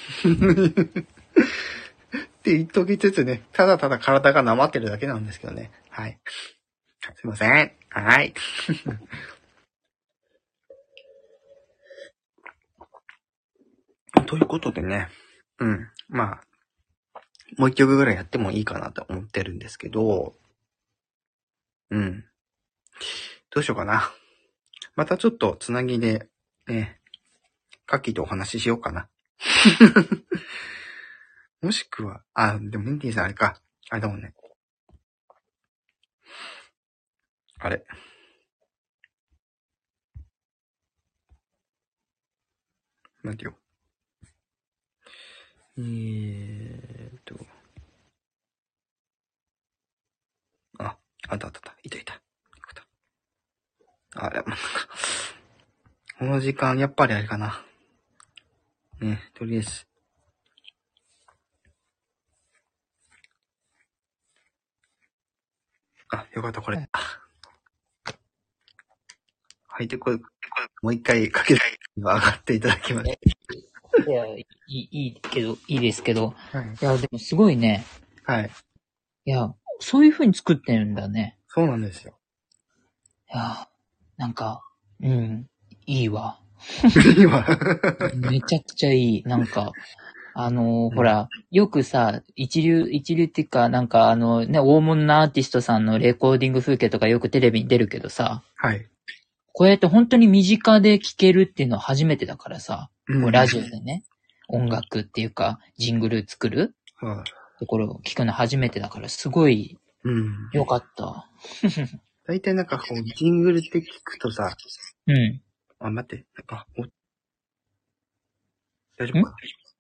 って言っときつつね、ただただ体がなまってるだけなんですけどね。はい。すいません。はい。ということでね。うん。まあ、もう一曲ぐらいやってもいいかなと思ってるんですけど、うん。どうしようかな。またちょっとつなぎで、ね、カッキーとお話ししようかな。もしくは、あ、でもミンティさんあれか。あれだもんね。あれ。待てよ。えーっと。あ、あったあったあった。いたいた。あれ、なんか、この時間、やっぱりあれかな。ね、とりあえず。あ、よかった、これ。はい、で、これ、もう一回かけたい上がっていただきます。 いや、いい、いいけど、いいですけど。はい、いや、でもすごいね。 はい。 いや、そういう風に作ってるんだね。 そうなんですよ。 いや、なんか、うん、いいわ。 いいわ。 めちゃくちゃいい。なんか、あのーうん、ほら、よくさ、一流、一流っていうか、なんかあのね、大物なアーティストさんのレコーディング風景とかよくテレビに出るけどさ。 はい。 こうやって本当に身近で聴けるっていうのは初めてだからさ。うん、ラジオでね、音楽っていうか、ジングル作る、うん、ところを聞くの初めてだから、すごい、うん。よかった。 大体なんかこう、ジングルって聞くとさ。 うん。 あ、待って、なんか、お大丈夫かな？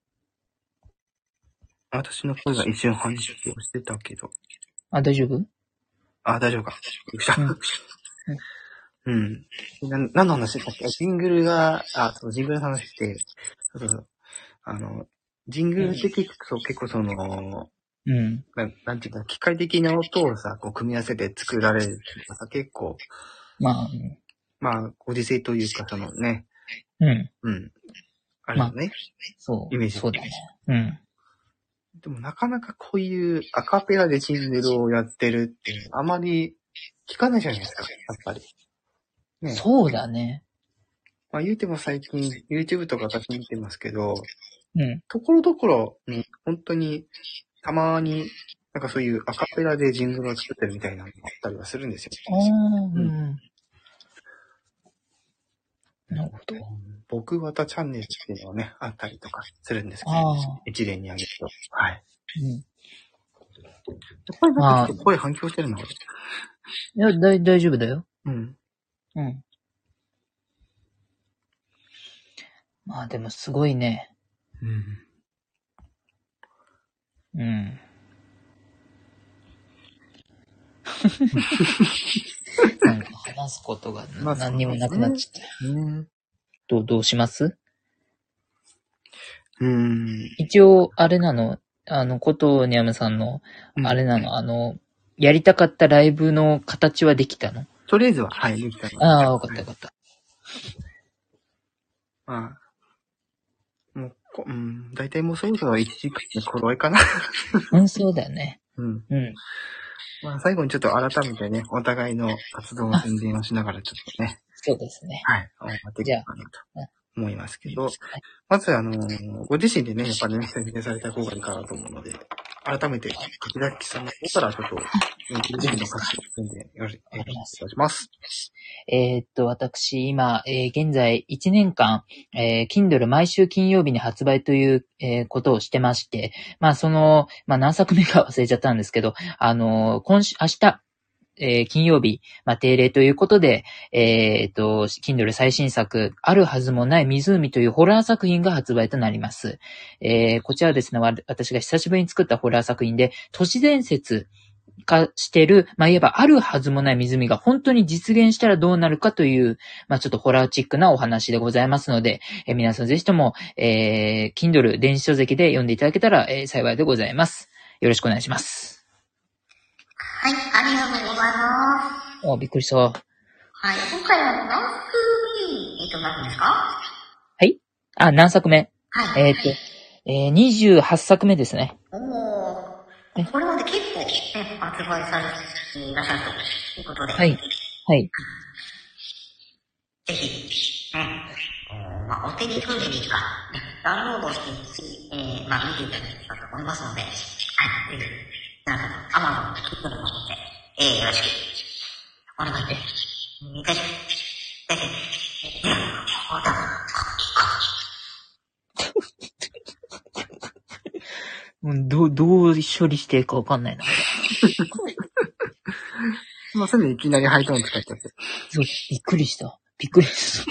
私の声が一瞬反射をしてたけど。 あ、大丈夫？ あ、大丈夫か。うん。うん。な、何の話だっけ？ジングルが、あ、そう、ジングルの話して、そうそうそう。あの、ジングルって聞くと結構その、うん。な、なんていうか、機械的な音をさ、こう、組み合わせて作られるっていうかさ、結構、まあ、まあ、ご時世というか、そのね。うん。うん。あれだね。まあ、そう。イメージ。 そうだね。うん。 でもなかなかこういうアカペラでジングルをやってるっていうのはあまり聞かないじゃないですか、やっぱり。 ね、そうだね。 まあ言うても最近 YouTube とか私見てますけど、うん。ところどころに本当にたまになんかそういうアカペラでジングルを作ってるみたいなのがあったりはするんですよ。 ああ、うん。なるほど。 僕わたチャンネルっていうのはね、あったりとかするんですけど、一連にあげると。はい。うん。やっぱりなんかちょっと声反響してるの？いや、だい、大丈夫だよ。 うん。 うん。まあでもすごいね。うん。うん。なんか話すことが何にもなくなっちゃった。まあね、どう、どうします？ うーん。 一応、あれなの、あの、ことにゃむさんの、あれなの、うん、あの、やりたかったライブの形はできたの？ とりあえずは、はい、できたの。 ああ、わかったわかった。 まあ、もう、うん、だいたいもうそろそろいちじかんの頃合いかな。 うん、そうだね。 うん。 うん。 まあ、最後にちょっと改めてね、お互いの活動の宣伝をしながらちょっとね。 そうですね。 はい。終わっていこうかなと思いますけど、まずあのー、ご自身でね、やっぱりね、宣伝された方がいいかなと思うので、改めて、柿崎さんの方からちょっと、ご自身の活動宣伝よろしくお願いします。 えー、っと、私、今、えー、現在いちねんかん、えー、Kindle 毎週金曜日に発売という、えー、ことをしてまして、まあ、その、まあ、何作目か忘れちゃったんですけど、あのー、今週、明日、えー、金曜日、まあ、定例ということで、えー、っと、Kindle 最新作、あるはずもない湖というホラー作品が発売となります。えー、こちらはですね、私が久しぶりに作ったホラー作品で、都市伝説化してる、まあ、言えばあるはずもない湖が本当に実現したらどうなるかという、まあ、ちょっとホラーチックなお話でございますので、えー、皆さんぜひとも、えー、Kindle 電子書籍で読んでいただけたら、えー、幸いでございます。よろしくお願いします。 はい、ありがとうございます。 あ、びっくりした。 はい、今回は何作目にとなるんですか？ はい。あ、何作目？ はい。 えっと、えー、にじゅうはちさくめですね。 おー。これまで結構、ね、発売されていらっしゃるということで。 はい。はい。 ぜひ、ね、まあ、お手に取るべきか、ね、ダウンロードして、えー、まあ、見ていただけたらと思いますので、はい、ぜひ、皆さん、Amazon のキットの方で、えー、よろしく、お願いいたします。で、また、 どう、どう処理していいかわかんないな。 まあ、それでいきなりハイトーン使っちゃって。 そう、びっくりした。びっくりした。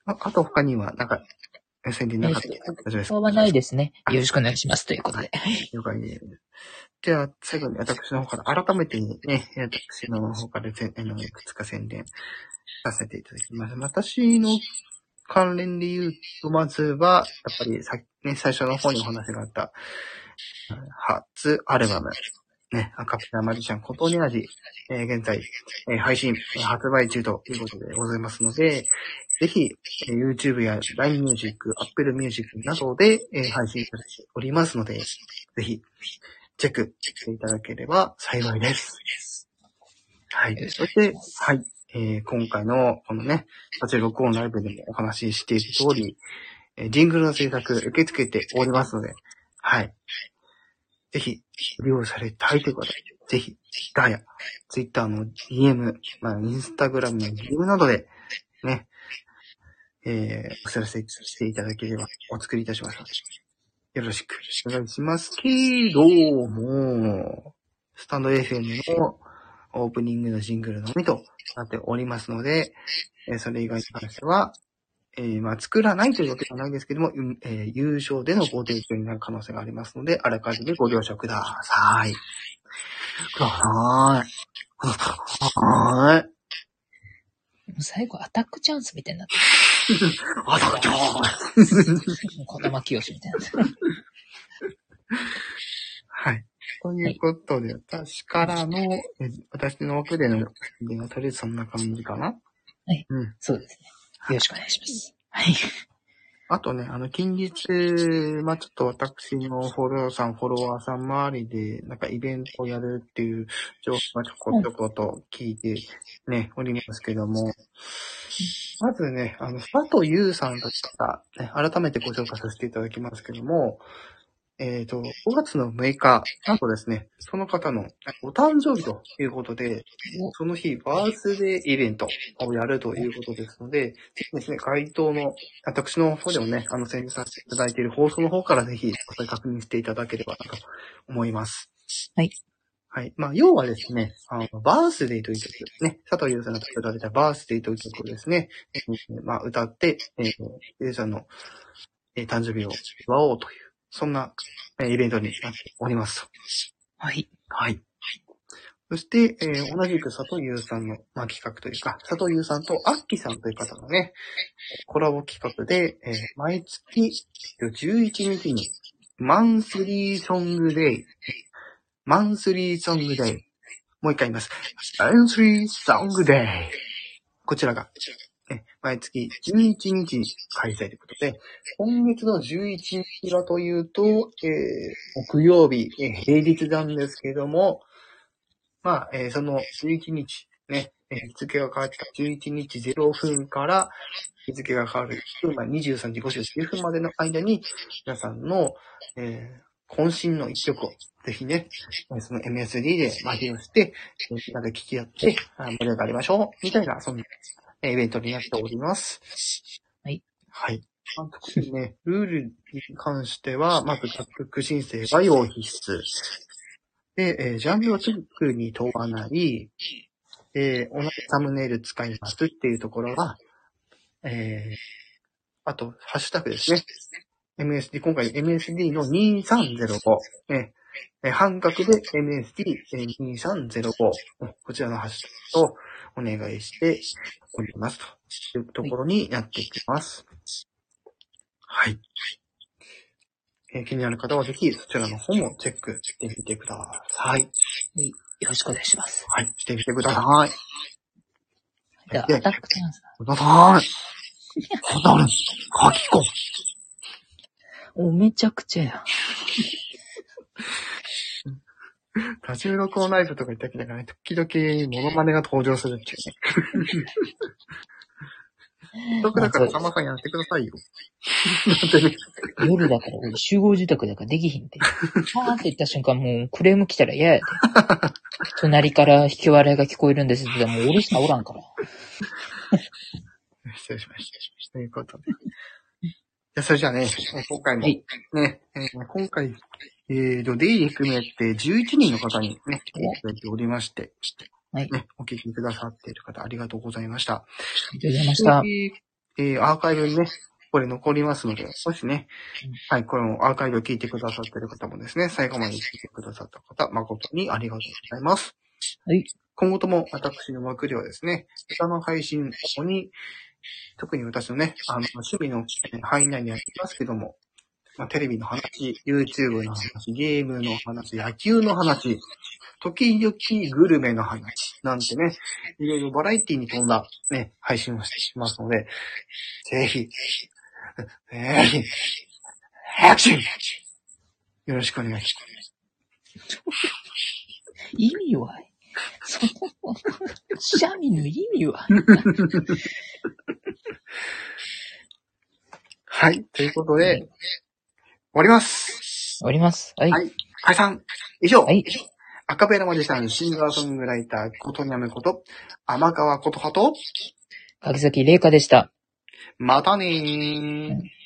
あ, あと他には、なんか、宣伝なかったら大丈夫ですか？ はないですね。よろしくお願いします。ということで。 はい。了解です。じゃあ、最後に私の方から改めてね、私の方からぜあのいくつか宣伝させていただきます。私の関連で言うと、まずは、やっぱりさ、ね、最初の方にお話があった、初アルバム、ね、アカペラマジシャンことに味、えー、現在、えー、配信、発売中ということでございますので、ぜひ、えー、YouTube や ライン Music、Apple Music などで、えー、配信されておりますので、ぜひ、チェックしていただければ幸いです。はい。そして、はい。えー、今回のこのね、スタジオ録音ライブでもお話ししている通り、えー、ジングルの制作受け付けておりますので、はい。ぜひ、利用されたいという方、ぜひ、ガヤ、ツイッターの ディーエム、まあ、インスタグラムの ディーエム などで、ね、えー、お知らせしていただければお作りいたしますので、よろしくお願いしますけども、スタンド エフエム のオープニングのジングルのみとなっておりますので、それ以外に関しては、えー、まあ、作らないというわけではないんですけども、えー、優勝でのご提供になる可能性がありますので、あらかじめご了承ください。ください。ください。 最後、アタックチャンスみたいになってる。アタックチャンス小玉清みたいな。 はい。ということで、はい、私からの、私の奥での宣伝はとりあえずそんな感じかな。 はい。うん。そうですね。よろしくお願いします。はい。 あとね、あの、近日、まあ、ちょっと私のフォローさん、フォロワーさん周りで、なんかイベントをやるっていう情報がちょこちょこと聞いてね、おりますけども、まずね、あの、佐藤優さんという方、ね、改めてご紹介させていただきますけども、えっと、ごがつのむいか、なんとですね、その方のお誕生日ということで、その日、バースデーイベントをやるということですので、ぜひですね、該当の、私の方でもね、あの、宣伝させていただいている放送の方からぜひ、確認していただければなと思います。 はい。 はい。まあ、要はですね、あの、バースデーという曲ですね、佐藤優さんが作られたバースデーという曲をですね、えー、まあ、歌って、えー、優さんの、えー、誕生日を祝おうという、そんなイベントになっております。 はい。 はい。そして、えー、同じく佐藤優さんの、まあ、企画というか、佐藤優さんとアッキさんという方のね、コラボ企画で、えー、毎月じゅういちにちにマンスリーソングデイ、マンスリーソングデイ、もう一回言います。マンスリーソングデイ。こちらが、毎月じゅういちにちに開催ということで、今月のじゅういちにちはというと、えー、木曜日、えー、平日なんですけども、まあ、えー、そのじゅういちにち、ね、えー、日付が変わったじゅういちにちぜろふんから日付が変わる、まあ、にじゅうさんじごじゅうきゅうふんまでの間に、皆さんの、えー、渾身の一曲をぜひね、その エムエスディー でまあ披露して、みんなで聴き合って盛り上がりましょう、みたいな、そんなイベントになっております。 はい。 はい。まあ、特にね、ルールに関しては、まず楽曲申請が要必須。で、えー、ジャンルは特に問わない。えー、同じサムネイル使いますっていうところは、えー、あと、ハッシュタグですね。エムエスディー、今回 エムエスディー のにせんご、ね、 え半角で エムエスティーにさんゼロご、こちらのハッシュタグとお願いしておりますというところになっていきます。はい。えー、気になる方はぜひそちらの方もチェックしてみてください。 よろしくお願いします。 はい。してみてください。 じゃあ、アタックチャンスだ。 ください。ほだる、かきこ。 お、めちゃくちゃや。 ラジオ録音ライブとか言ったっけだからね、時々モノマネが登場するっていうね。得だからさんまさんやってくださいよ。 夜だから、俺集合住宅だからできひんって。パーンって言った瞬間もうクレーム来たら嫌やで。隣から引き笑いが聞こえるんですけど、もうおるしかおらんから。 失礼しました。ということで。じゃあ、それじゃあね、今回も、 はい、 ね、えー、今回、えーと、出入り含めてじゅういちにんの方にね、来ていただいておりまして、はい。ね、お聞きくださっている方、ありがとうございました。 ありがとうございました。 えー、アーカイブにね、これ残りますので、もしね、うん、はい、このアーカイブを聞いてくださっている方もですね、最後まで聞いてくださった方、誠にありがとうございます。はい。今後とも私の枠ではですね、歌の配信に、特に私のね、あの、趣味の範囲内にありますけども、まあ、テレビの話、YouTube の話、ゲームの話、野球の話、時々グルメの話なんてね、いろいろバラエティに富んだね、配信をしていますので、ぜひ、ぜひ、アクションよろしくお願いします。 意味はその、シャミの意味ははい、ということで、終わります。 終わります。はい。 はい。解散。以上。 はい。 アカペラマジシャン、シンガーソングライター、ことにゃむこと、天川ことはと、 柿崎玲香でした。 またねー。